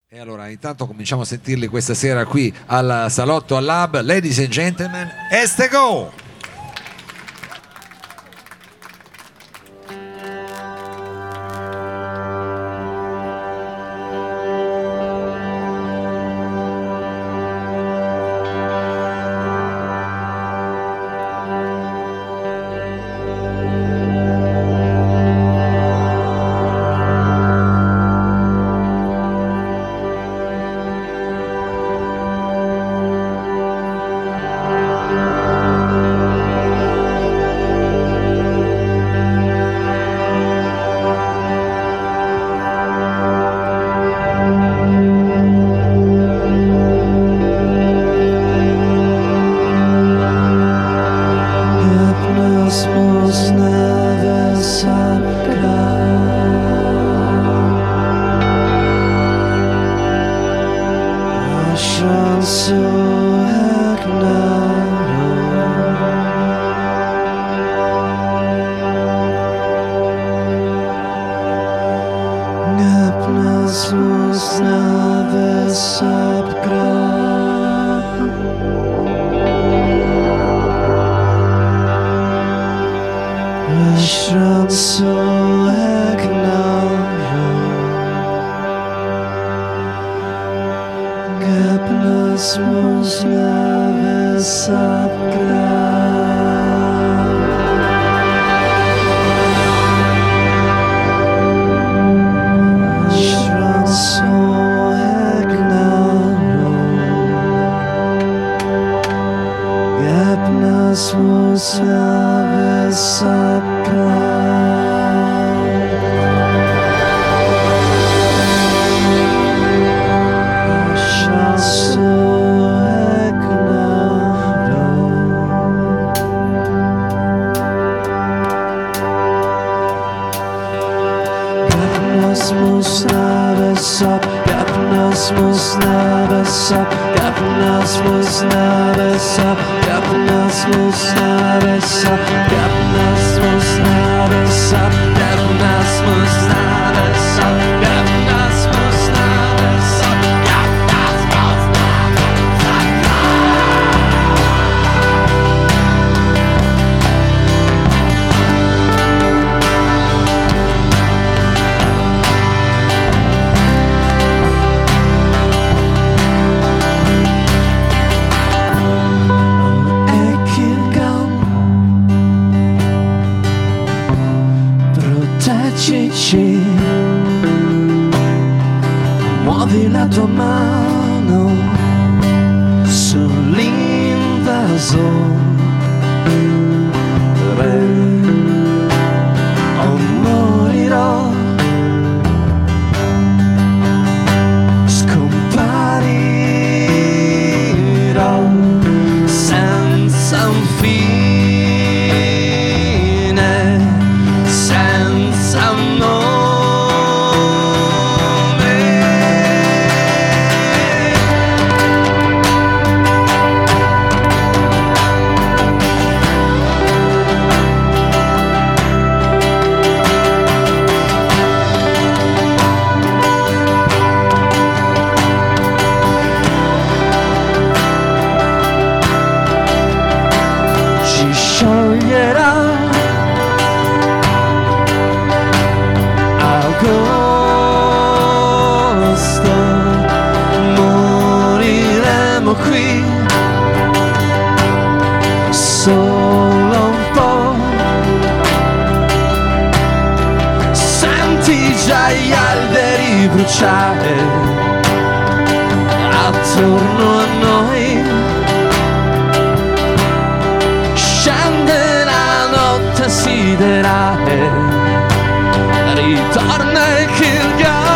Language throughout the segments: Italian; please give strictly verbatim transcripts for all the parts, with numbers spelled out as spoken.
E allora intanto cominciamo a sentirli questa sera qui al Salotto al Lab. Ladies and gentlemen, Estego! Muovi la tua mano sull'invasore o morirò, scomparirò senza un fine, senza un nome. Scioglierà agosto, moriremo qui solo un po'. Senti già gli alberi bruciare attorno a noi. Scende la notte siderale, ritorna il Kilgore.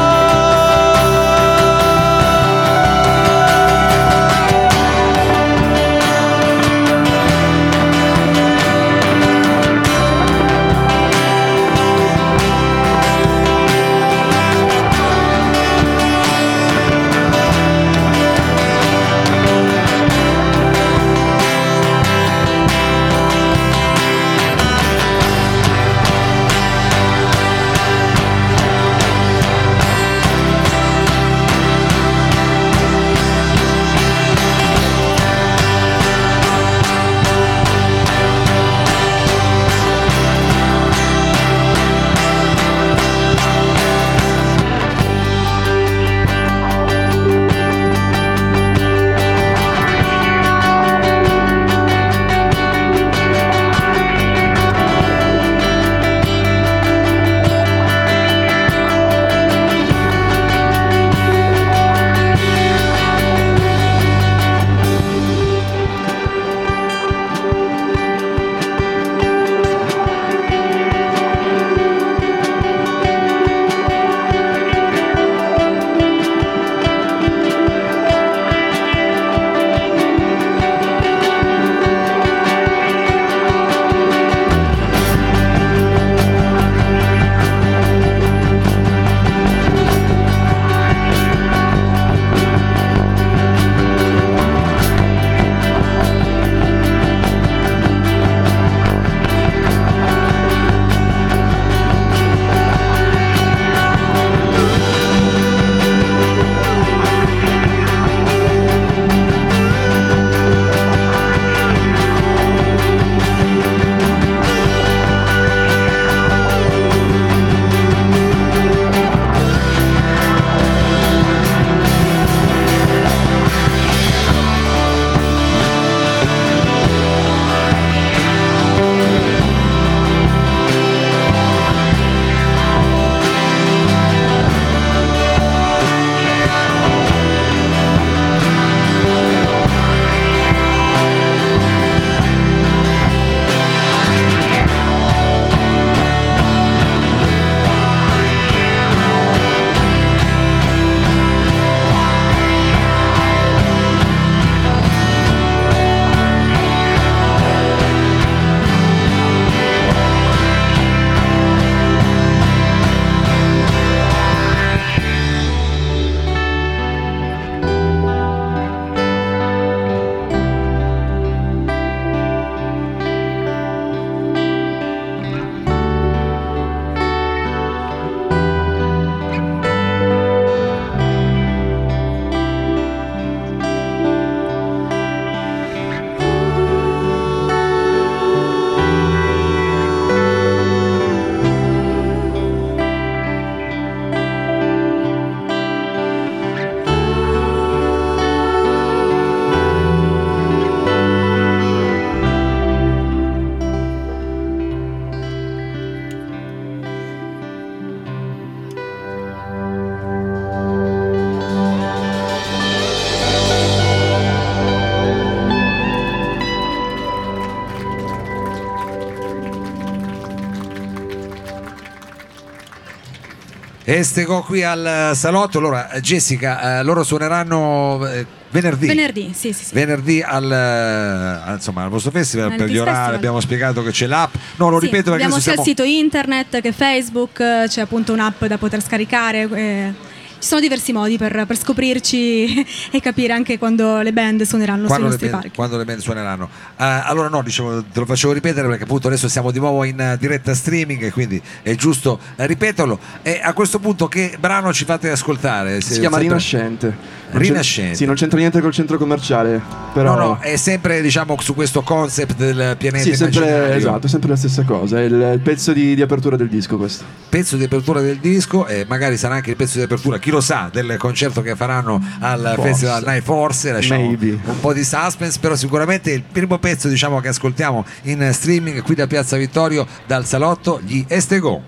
Estego qui al salotto. Allora Jessica, eh, loro suoneranno eh, venerdì venerdì sì sì, sì. venerdì al, eh, insomma, al vostro festival. Al per gli orari festival. Abbiamo spiegato che c'è l'app, no lo Sì, ripeto perché abbiamo sia siamo... il sito internet che Facebook, c'è appunto un'app da poter scaricare, eh. Ci sono diversi modi per, per scoprirci e capire anche quando le band suoneranno quando sui le, nostri band, parchi. quando le band suoneranno. Uh, allora no, dicevo, te lo facevo ripetere perché appunto adesso siamo di nuovo in uh, diretta streaming e quindi è giusto uh, ripeterlo. E a questo punto che brano ci fate ascoltare? Si, si chiama sempre... Rinascente. Non Rinascente. Sì, non c'entra niente col centro commerciale. Però... No, no, è sempre diciamo su questo concept del pianeta sì, sempre, immaginario. Esatto, è sempre la stessa cosa. È il, il pezzo di, di apertura del disco questo. Pezzo di apertura del disco e magari sarà anche il pezzo di apertura, chi lo sa, del concerto che faranno al Forse. Festival Night. Forse lasciamo Maybe. un po' di suspense, però sicuramente il primo pezzo diciamo che ascoltiamo in streaming qui da Piazza Vittorio dal salotto, gli Estego.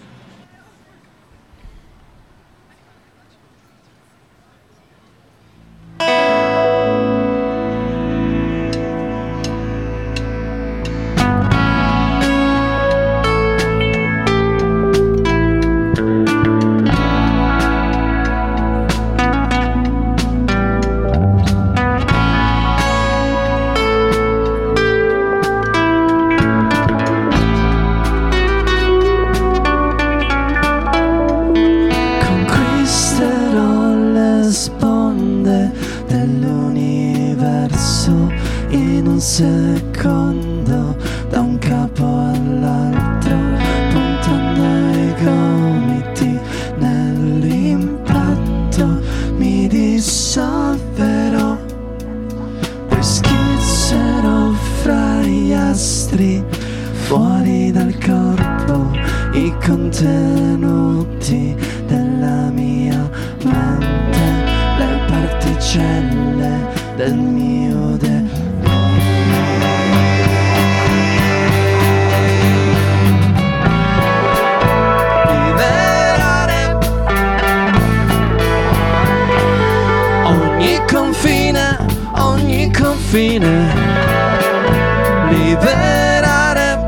Secondo da un capo all'altro, puntando ai gomiti nell'impatto, mi dissolverò, poi schizzerò fra gli astri, fuori dal corpo, i contenuti della mia mente, le particelle del mio destino. Ogni confine, liberare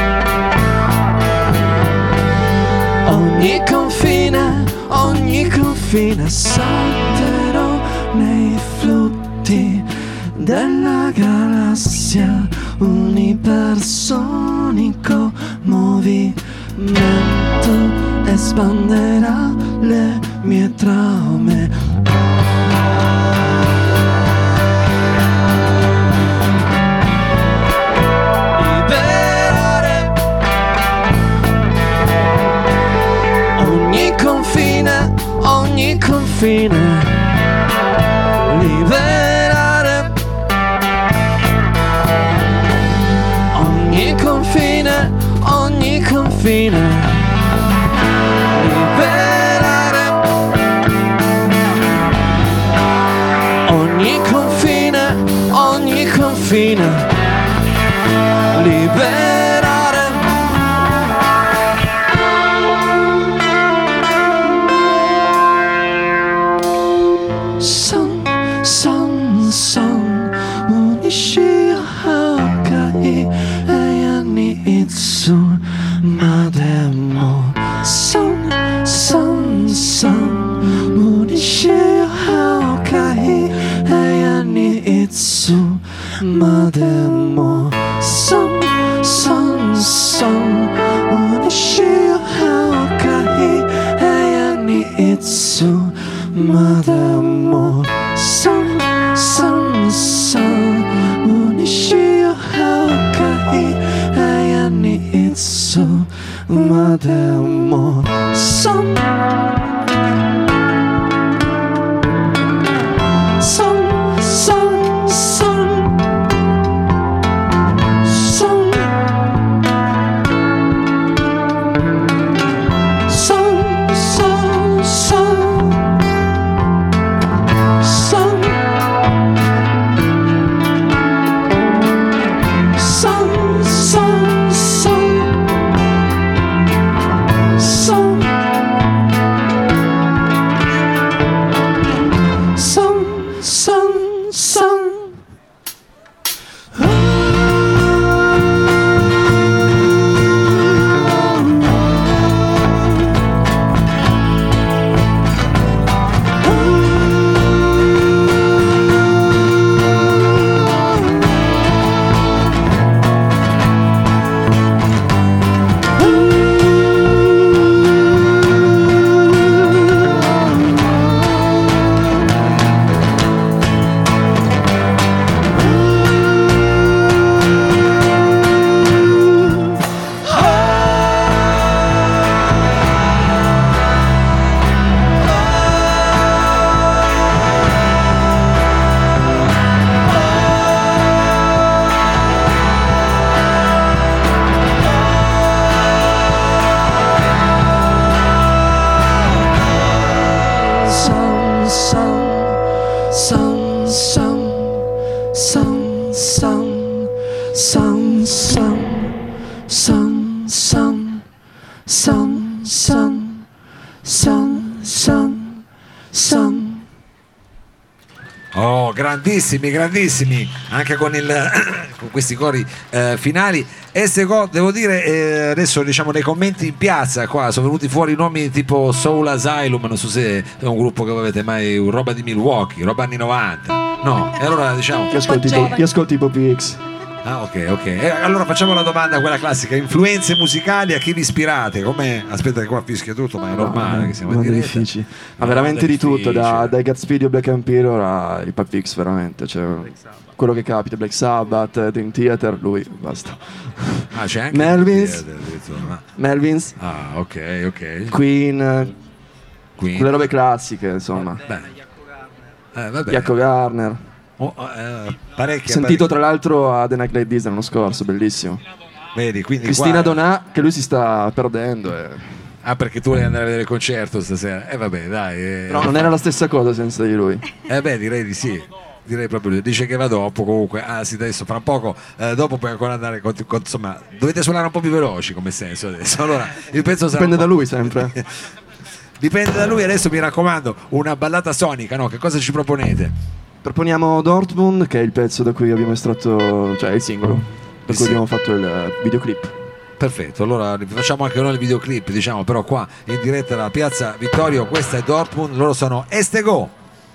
ogni confine, ogni confine, salterò nei flutti della galassia, unipersonico movimento espanderà le mie traume. Ogni confine, liberare ogni confine, ogni confine, liberare ogni confine, ogni confine, liberare. Mademo son son son Munishi Haukai Ayani Itsu Mademo son son son Munishi Haukai Ayani Itsu Mademo son son son Munishi Haukai Ayani Itsu Mademo son son son son son son son son son son son son son Oh, grandissimi, grandissimi, anche con, il, con questi cori eh, finali. E secondo, devo dire, eh, adesso diciamo nei commenti in piazza qua sono venuti fuori nomi tipo Soul Asylum, non so se è un gruppo che avete mai, un roba di Milwaukee, roba anni novanta. No, e allora diciamo... Ti ascolti, giovani. ti ascolti Poppy X. Ah, ok, ok. E allora facciamo la domanda, quella classica: influenze musicali, a chi vi ispirate? Come... Aspetta che qua fischia tutto, ma è normale No, che siamo in domande diretta. difficili. Ma No, veramente di difficili. tutto, da, dai Godspeed o Black Emperor ai Poppy X, veramente. Cioè, quello che capita, Black Sabbath, Dream Theater, lui, basta. Ah, c'è anche Melvins. addirittura. Melvins, Ah, ok, ok. Queen, Quindi, quelle robe classiche, insomma. beh. Eh, vabbè. Jacko Garner. Oh, eh, parecchie, Sentito tra l'altro a The Night Like This l'anno scorso, bellissimo. parecchie. Vedi, quindi Cristina qua... Donà, che lui si sta perdendo. E... Ah, perché tu vuoi andare a vedere il concerto stasera? Eh vabbè, dai. Eh, Però non era la stessa cosa senza di lui. Eh beh, direi di sì. Direi proprio di- dice che va dopo comunque. Ah sì, adesso fra poco eh, dopo puoi ancora andare con, con- insomma, dovete suonare un po' più veloci come senso adesso. Allora, il pezzo sarà Dipende un da po'- lui sempre. Dipende da lui. Adesso mi raccomando, una ballata sonica, no? Che cosa ci proponete? Proponiamo Dortmund, che è il pezzo da cui abbiamo estratto, cioè il singolo, per Sì. cui abbiamo fatto il eh, videoclip. Perfetto, allora facciamo anche noi il videoclip, diciamo, però qua in diretta da Piazza Vittorio. Questa è Dortmund, loro sono Estego.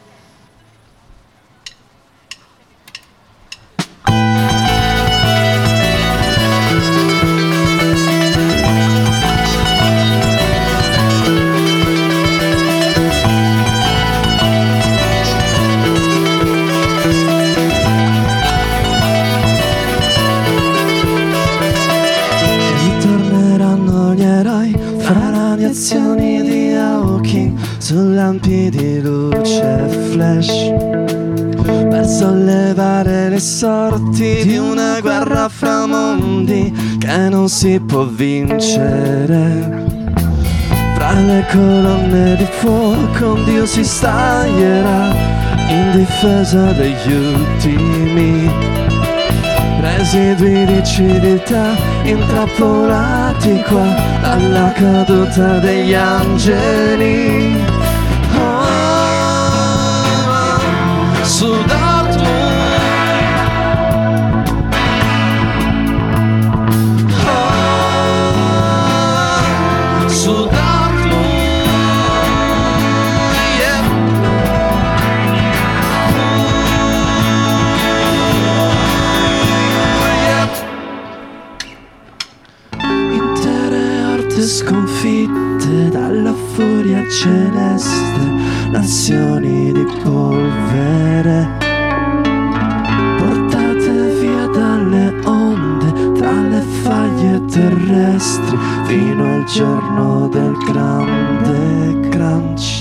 Ritorneranno gli eroi fra radiazioni di Hawking su lampi di luce flash per sollevare le sorti di una guerra fra mondi che non si può vincere. Fra le colonne di fuoco un dio si staglierà in difesa degli ultimi residui di civiltà intrappolati qua dalla caduta degli angeli. Oh, su Dortmund. Oh, su Dortmund. Yeah. Intere orte sconfitte dalla furia celeste, nazioni di polvere portate via dalle onde tra le faglie terrestri fino al giorno del grande crunch.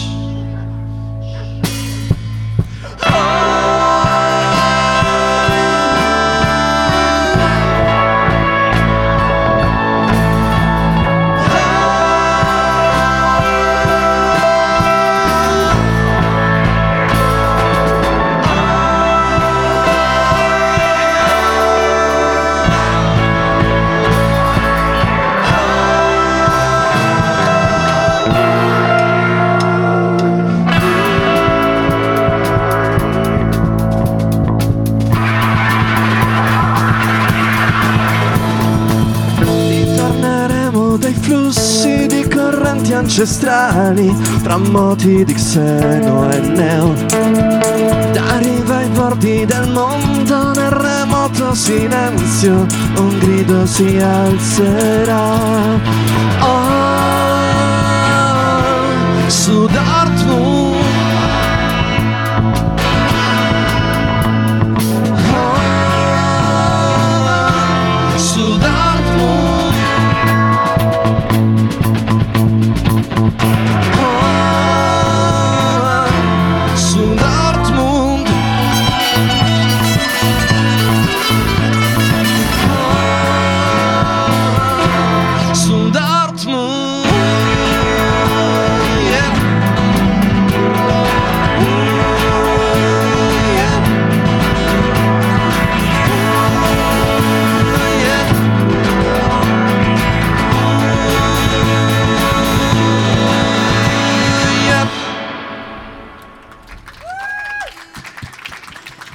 Ritorneremo dai flussi di correnti ancestrali tra moti di Xeno e Neo, da riva ai bordi del mondo nel remoto silenzio un grido si alzerà. Oh, su Dortmund. Oh, su Dortmund. Oh, su Dortmund. Oh, su Dortmund. Yeah.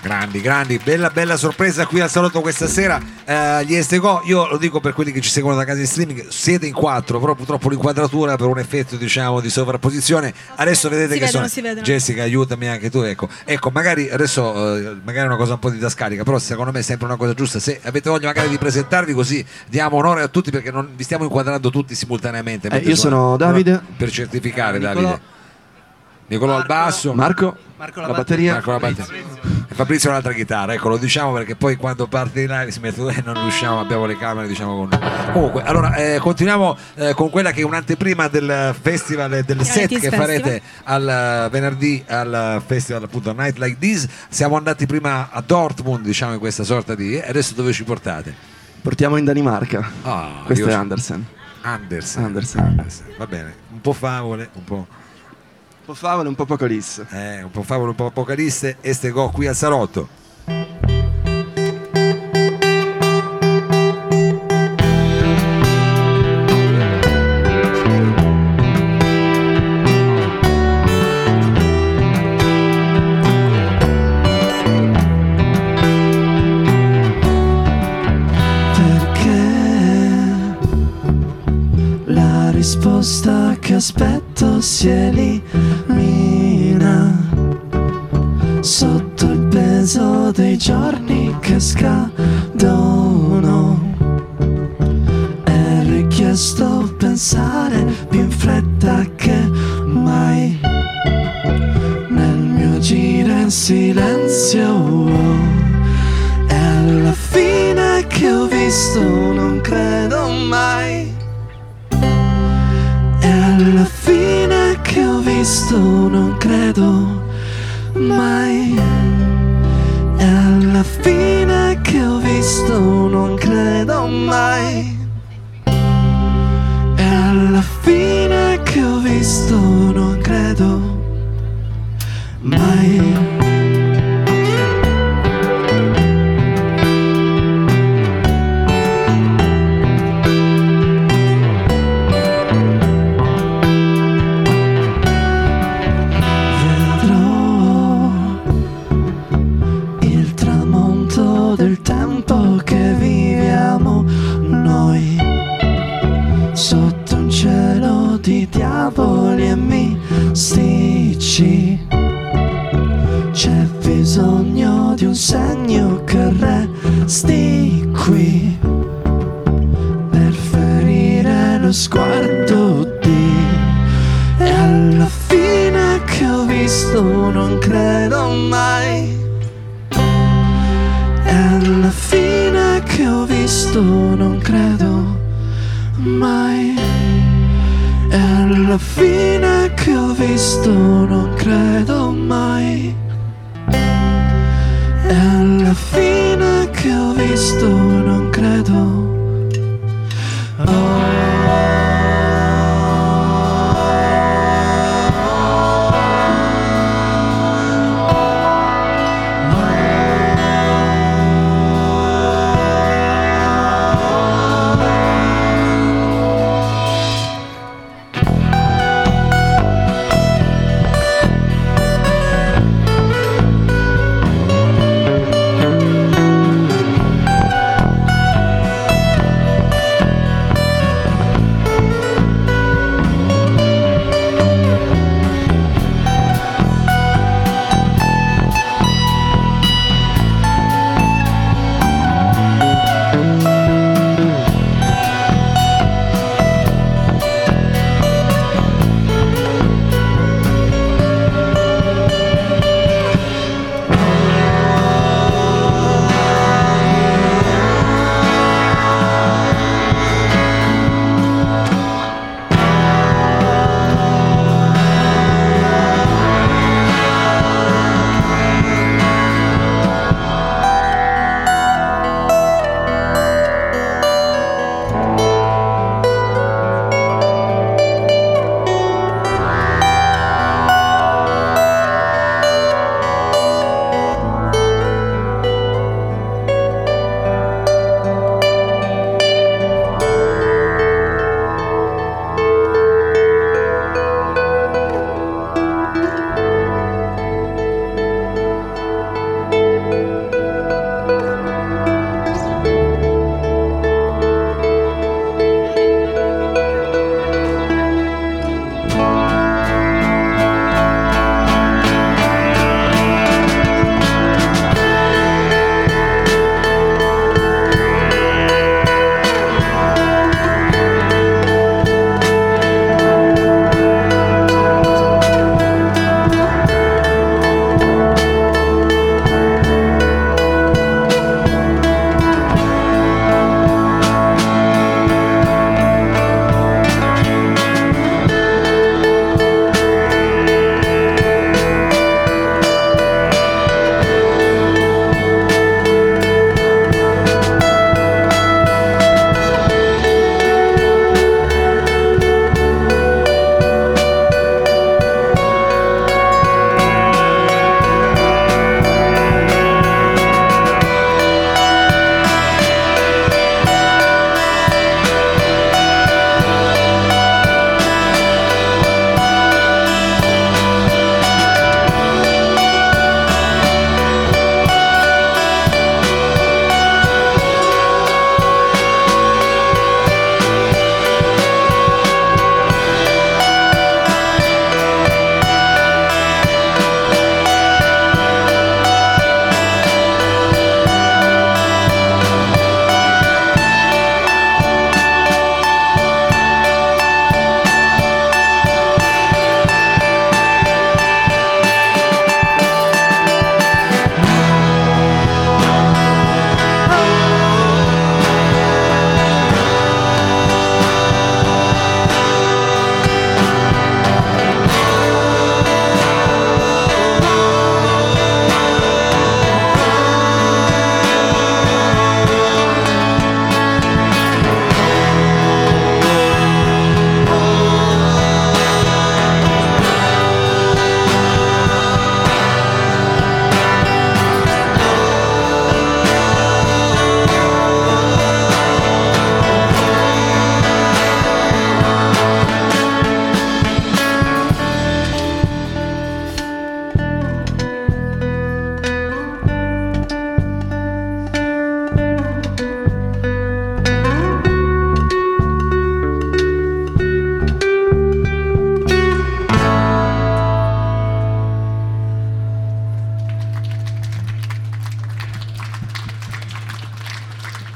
Grandi, grandi, bella bella sorpresa qui al salotto questa sera. Eh, gli Estego, io lo dico per quelli che ci seguono da casa in streaming, siete in quattro, però purtroppo l'inquadratura per un effetto diciamo di sovrapposizione. Adesso vedete si che vedono, sono si vedono. Jessica, aiutami anche tu, ecco. Ecco, magari adesso eh, magari una cosa un po' didascalica, però secondo me è sempre una cosa giusta. Se avete voglia magari di presentarvi, così diamo onore a tutti, perché non vi stiamo inquadrando tutti simultaneamente. Eh, io sono Davide. Per certificare, Nicolò. Davide. Nicolò al basso. Marco, Marco la la batteria. Marco la batteria. E Fabrizio un'altra chitarra, ecco, lo diciamo perché poi quando parte in live si mette e non riusciamo, abbiamo le camere, diciamo con. Comunque, allora eh, continuiamo eh, con quella che è un'anteprima del festival, del set nineties che Festival. farete al eh, venerdì al festival appunto Night Like This. Siamo andati prima a Dortmund, diciamo, in questa sorta di. E adesso dove ci portate? Portiamo in Danimarca. Ah, Questo io- è Andersen. Andersen. Andersen. Andersen. Va bene, un po' favole, un po'. Un po' favole, un po' apocalisse. Eh, un po' favole, un po' apocalisse. Estego qui al salotto. Perché la risposta che aspetto si elimina sotto il peso dei giorni che scadono. È richiesto pensare più in fretta che mai nel mio giro in silenzio. È alla fine che ho visto, non credo mai. È alla fine che ho visto, non credo mai. È alla fine che ho visto, non credo mai. È alla fine che ho visto, non credo mai. Diavoli e mistici, c'è bisogno di un segno che resti qui per ferire lo sguardo di. E alla fine che ho visto, non credo mai. E alla fine che ho visto, non credo mai. E alla fine che ho visto, non credo mai. E alla fine che ho visto, non credo.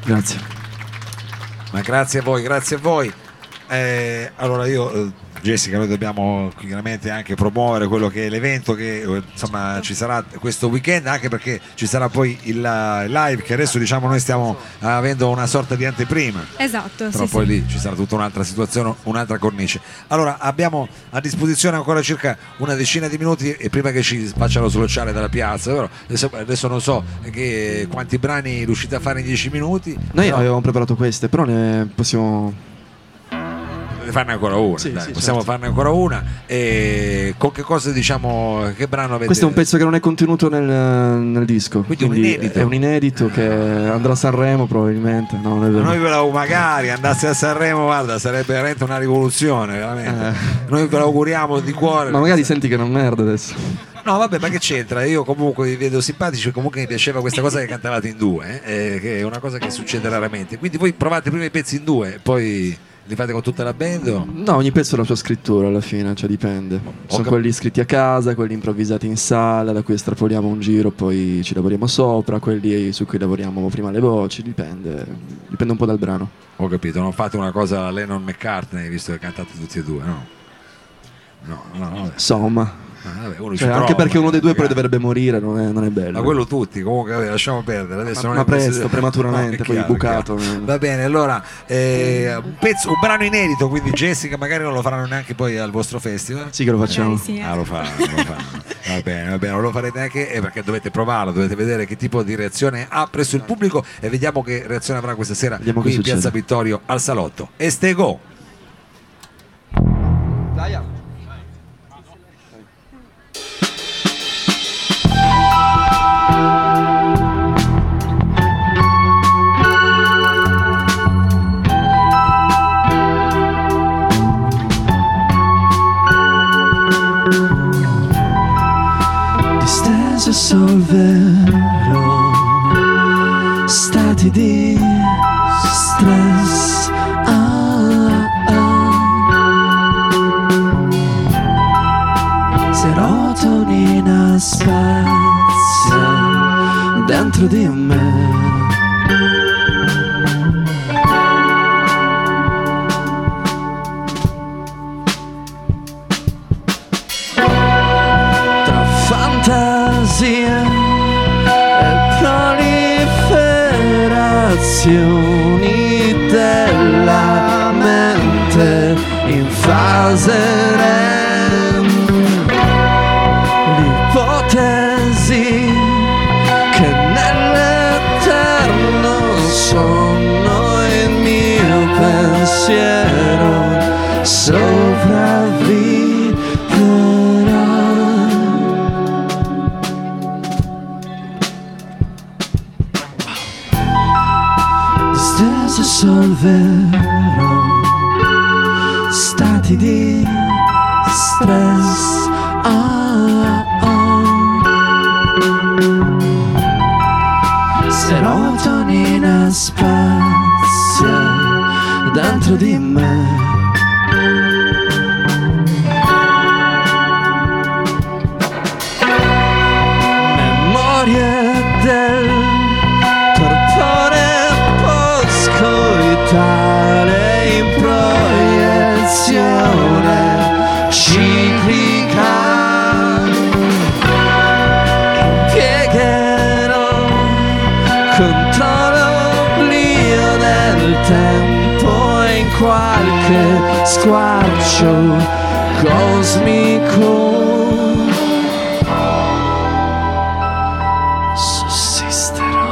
Grazie. Ma grazie a voi, grazie a voi. Eh, allora io, eh, Jessica, noi dobbiamo chiaramente anche promuovere quello che è l'evento che eh, insomma ci sarà questo weekend, anche perché ci sarà poi il la- live che adesso diciamo noi stiamo avendo una sorta di anteprima. Esatto, Però sì, poi sì. lì ci sarà tutta un'altra situazione, un'altra cornice. Allora abbiamo a disposizione ancora circa una decina di minuti e prima che ci facciano slocciare dalla piazza, però adesso, adesso non so che, quanti brani riuscite a fare in dieci minuti. Noi però avevamo preparato queste, però ne possiamo... farne ancora una, Sì, dai, sì, possiamo certo. farne ancora una. E con che cosa diciamo, che brano avete? Questo è un pezzo che non è contenuto nel, nel disco. Quindi un inedito. È un inedito che andrà a Sanremo probabilmente. No, non è vero. Noi ve la magari andasse a Sanremo, guarda, sarebbe veramente una rivoluzione, veramente. Eh. Noi ve l'auguriamo di cuore. Ma magari senti che non merda adesso. No, vabbè, ma che c'entra? Io comunque vi vedo simpatici, comunque mi piaceva questa cosa che cantavate in due, eh, che è una cosa che succede raramente. Quindi voi provate prima i pezzi in due, e poi li fate con tutta la band? O? No, ogni pezzo ha la sua scrittura alla fine, cioè dipende. Sono cap- quelli scritti a casa, quelli improvvisati in sala, da cui estrapoliamo un giro, poi ci lavoriamo sopra, quelli su cui lavoriamo prima le voci, dipende. Dipende un po' dal brano. Ho capito, non fate una cosa Lennon McCartney, visto che cantate tutti e due, no? No, no, no. Insomma. Ah, vabbè, uno ci Cioè, anche prova, perché uno dei due poi magari. dovrebbe morire, non è, non è bello. Ma quello tutti, comunque vabbè, lasciamo perdere. Adesso Ma- non ma è questo- presto, prematuramente, No, è poi chiaro, bucato. è chiaro. Va bene, allora eh, un, pezzo, un brano inedito, quindi Jessica magari non lo faranno neanche poi al vostro festival. Sì che lo facciamo. Magari sì, eh. Ah, lo fanno, lo fanno. Va bene, va bene, non lo farete neanche eh, perché dovete provarlo, dovete vedere che tipo di reazione ha presso il pubblico e vediamo che reazione avrà questa sera Vediamo qui che in Piazza succede. Vittorio al Salotto. Estego. Distese sul vero, stati di stress. Ah, ah. Serotonina spazia dentro di me. Tra fantasia e proliferazioni della mente in fase REM, l'ipotesi che nell'eterno sonno il mio pensiero sopravviverà. Disteso sul vero, stati di stress. Ah, ah. Serotonina spazia dentro di me. Memorie del torpore postcoitale in proiezione ciclica. Impiegherò contro l'oblio del tempo e in qualche squarcio cosmico sussisterò.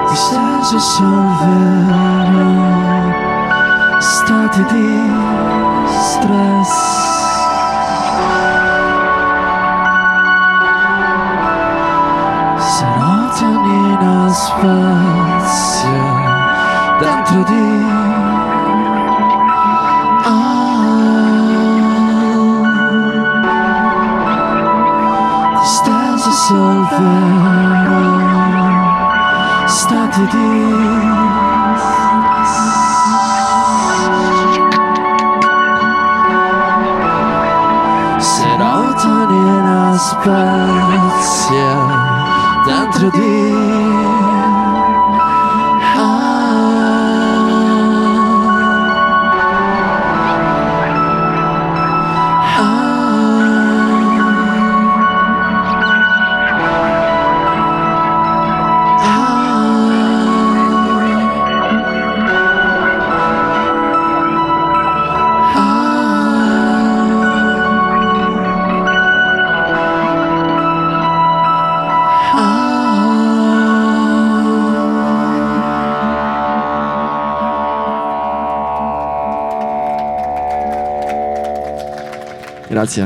disteso sul vero, stati di stress. Serotonina spazio dentro di disteso sul vero, stati di serotonina spazio dentro di grazie.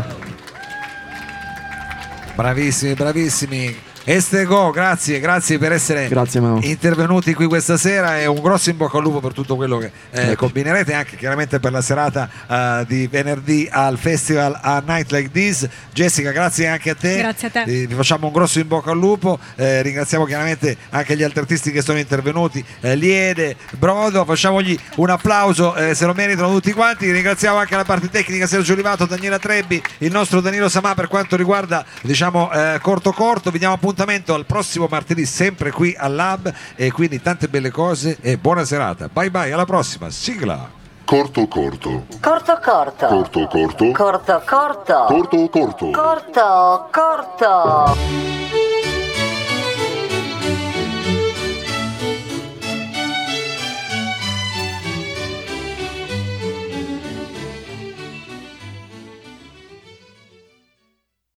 Bravissimi, bravissimi. Estego, grazie, grazie per essere Grazie, Mao. intervenuti qui questa sera e un grosso in bocca al lupo per tutto quello che eh, Ecco. combinerete, anche chiaramente per la serata eh, di venerdì al festival A Night Like This. Jessica, grazie anche a te. Grazie a te. Eh, vi facciamo un grosso in bocca al lupo. Eh, ringraziamo chiaramente anche gli altri artisti che sono intervenuti, eh, Liede, Brodo, facciamogli un applauso, eh, se lo meritano tutti quanti. Ringraziamo anche la parte tecnica, Sergio Olivato, Daniela Trebbi, il nostro Danilo Samà per quanto riguarda, diciamo, eh, corto corto. Vi diamo appuntamento al prossimo martedì sempre qui al Lab, e quindi tante belle cose e buona serata. Bye bye, alla prossima. Sigla. Corto corto. Corto corto. Corto corto. Corto corto. Corto corto. Corto corto.